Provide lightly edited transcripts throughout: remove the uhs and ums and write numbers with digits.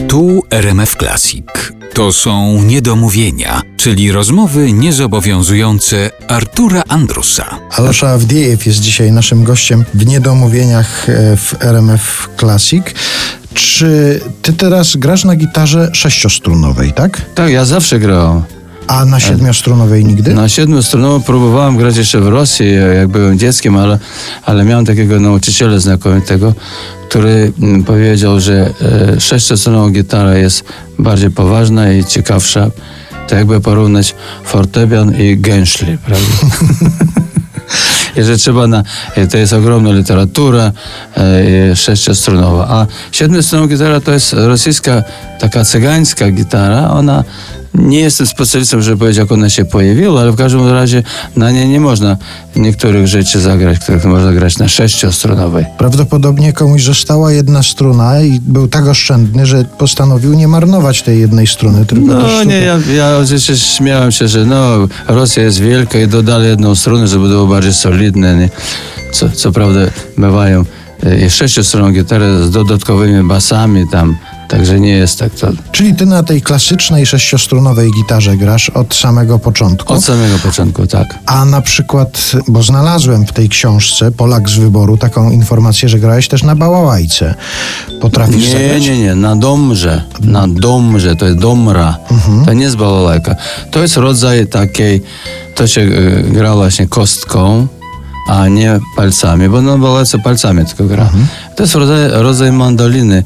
Tu RMF Classic. To są niedomówienia, czyli rozmowy niezobowiązujące Artura Andrusa. Alosza Awdiejew jest dzisiaj naszym gościem w niedomówieniach w RMF Classic. Czy ty teraz grasz na gitarze sześciostrunowej, tak? Tak, ja zawsze grałem. A na siedmiostrunowej nigdy? Na siedmiostrunową próbowałem grać jeszcze w Rosji, jak byłem dzieckiem, ale miałem takiego nauczyciela znakomitego, który powiedział, że sześciostrunowa gitara jest bardziej poważna i ciekawsza. To jakby porównać fortepian i gęszli, prawda? I że trzeba to jest ogromna literatura sześciostrunowa. A siedmiostrunowa gitara to jest rosyjska, taka cygańska gitara. Ona, nie jestem specjalistą, żeby powiedzieć, jak ona się pojawiła, ale w każdym razie na niej nie można niektórych rzeczy zagrać, których można grać na sześciostrunowej. Prawdopodobnie komuś została jedna struna i był tak oszczędny, że postanowił nie marnować tej jednej struny. Tylko No nie, ja oczywiście śmiałem się, że Rosja jest wielka i dodali jedną strunę, żeby było bardziej solidne. Nie? Co prawda bywają i sześciostronne gitary z dodatkowymi basami tam, także nie jest tak to. Czyli ty na tej klasycznej sześciostrunowej gitarze grasz od samego początku? Od samego początku, tak. A na przykład, bo znalazłem w tej książce Polak z wyboru taką informację, że grałeś też na bałałajce. Potrafisz zagrać? Nie, na domrze, to jest domra, to nie jest bałałajka. To jest rodzaj takiej, to się gra właśnie kostką, a nie palcami, bo na bałałajce palcami tylko gra. To jest rodzaj mandoliny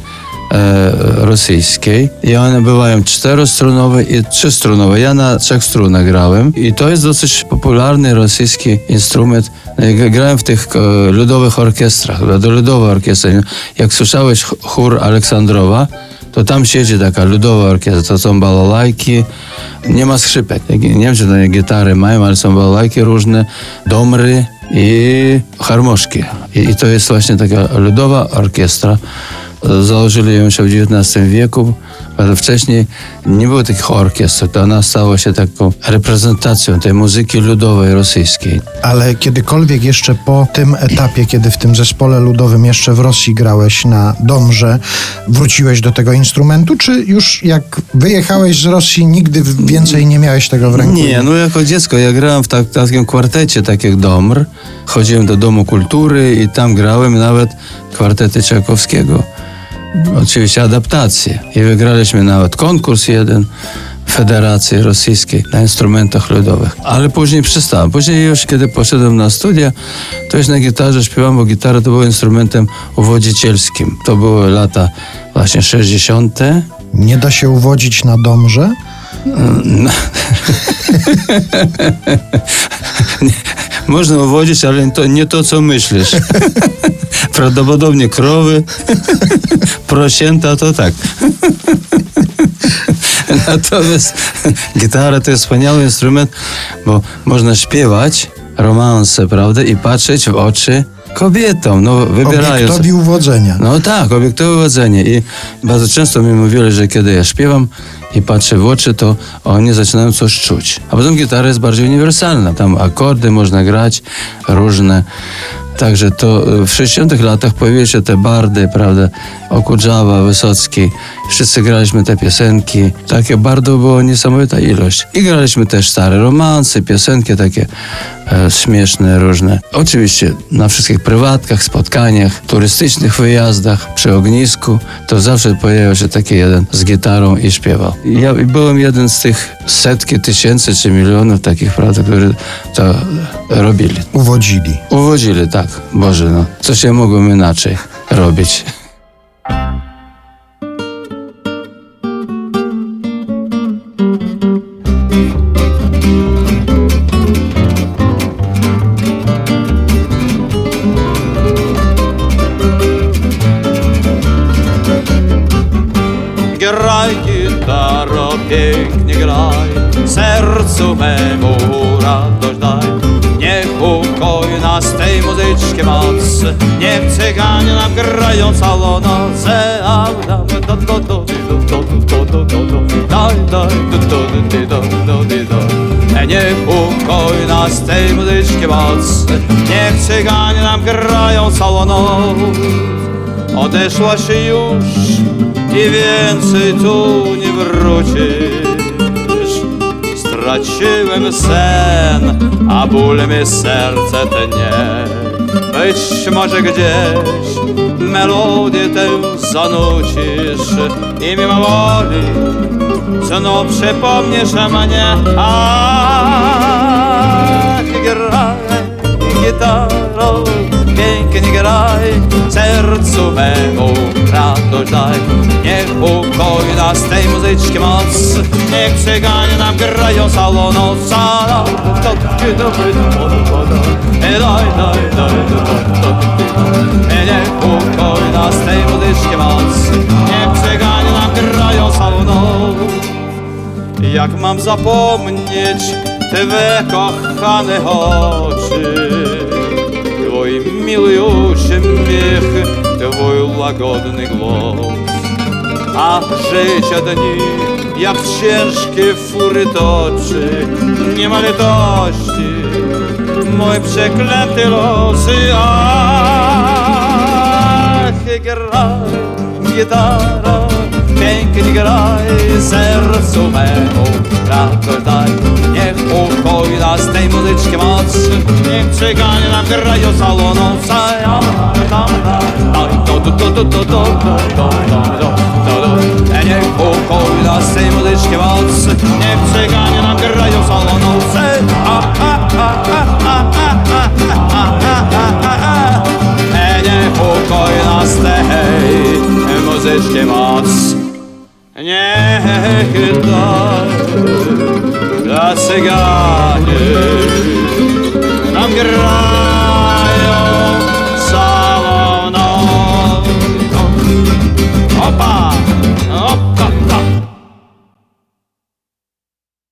rosyjskiej i one bywają czterostrunowe i trzystrunowe. Ja na trzech strunach grałem i to jest dosyć popularny rosyjski instrument. Grałem w tych ludowych orkiestrach, do ludowej orkiestry. Jak słyszałeś chór Aleksandrowa, to tam siedzi taka ludowa orkiestra, to są balalajki, nie ma skrzypek. Nie wiem, czy to gitary mają, ale są balalajki różne, domry i harmoszki. I to jest właśnie taka ludowa orkiestra. Założyli ją się w XIX wieku, ale wcześniej nie było takich orkiestr, to ona stała się taką reprezentacją tej muzyki ludowej rosyjskiej. Ale kiedykolwiek jeszcze po tym etapie, kiedy w tym zespole ludowym jeszcze w Rosji grałeś na domrze, wróciłeś do tego instrumentu, czy już jak wyjechałeś z Rosji, nigdy więcej nie miałeś tego w ręku? Nie, jako dziecko ja grałem w takim kwartecie takich domr, chodziłem do Domu Kultury i tam grałem nawet kwartety Czajkowskiego. Oczywiście adaptacje. I wygraliśmy nawet konkurs jeden w Federacji Rosyjskiej na instrumentach ludowych. Ale później przestałem. Później już kiedy poszedłem na studia, to już na gitarze śpiewałem, bo gitara to był instrumentem uwodzicielskim. To były lata właśnie 60. Nie da się uwodzić na domrze? No. Można uwodzić, ale to nie to, co myślisz. Prawdopodobnie krowy, prosięta, to tak. Natomiast gitara to jest wspaniały instrument, bo można śpiewać romanse, prawda, i patrzeć w oczy kobietom, wybierając. Obiektowi uwodzenia. No tak, obiektowe uwodzenie. I bardzo często mi mówili, że kiedy ja śpiewam i patrzę w oczy, to oni zaczynają coś czuć. A potem gitara jest bardziej uniwersalna. Tam akordy można grać różne. Także to w 60 latach pojawiły się te bardy, prawda, Okudżawa, Wysocki. Wszyscy graliśmy te piosenki. Takie bardów było niesamowita ilość. I graliśmy też stare romanse, piosenki takie śmieszne, różne. Oczywiście na wszystkich prywatkach, spotkaniach, turystycznych wyjazdach, przy ognisku, to zawsze pojawiał się taki jeden z gitarą i śpiewał. Ja byłem jeden z tych setki tysięcy czy milionów takich, prawda, którzy to robili. Uwodzili, tak. Boże, co się mogłem inaczej robić? Graj, gitaro, pięknie graj, sercu memu radość daj. Niech ukoi nas tej muzyczki moc, niech cyganie nam grają całą noc. Niech ukoi nas tej muzyczki moc, niech cyganie nam grają całą noc. Odeszła się już i więcej tu nie wrócisz. Straciłem sen, a ból mi serce tnie. Być może gdzieś melodię tę zanucisz i mimo woli znów przypomnisz mnie. Ach, graj, gitaro, pięknie graj, sercu memu radość daj. Niech upojna z tej muzyczki moc, niech cyganie nam grają salono. Niech upojna z tej muzyczki moc, niech cyganie nam grają salono. Jak mam zapomnieć Twe kochane oczy, Twój miły uśmiech, Twój łagodny głos. A życia dni jak ciężkie fury toczy, nie ma litości mój przeklęty losy. Ach, graj, gitaro, pięknie graj, sercu memu radość daj. Niech upojna z tej muzyczki moc, niech cyganie nam grają saloną. Niech upojna z tej muzyczki moc, niech cyganie nam grają saloną. Niech upojna z tej muzyczki moc, niech da cyganie nam grają saloną. Opa!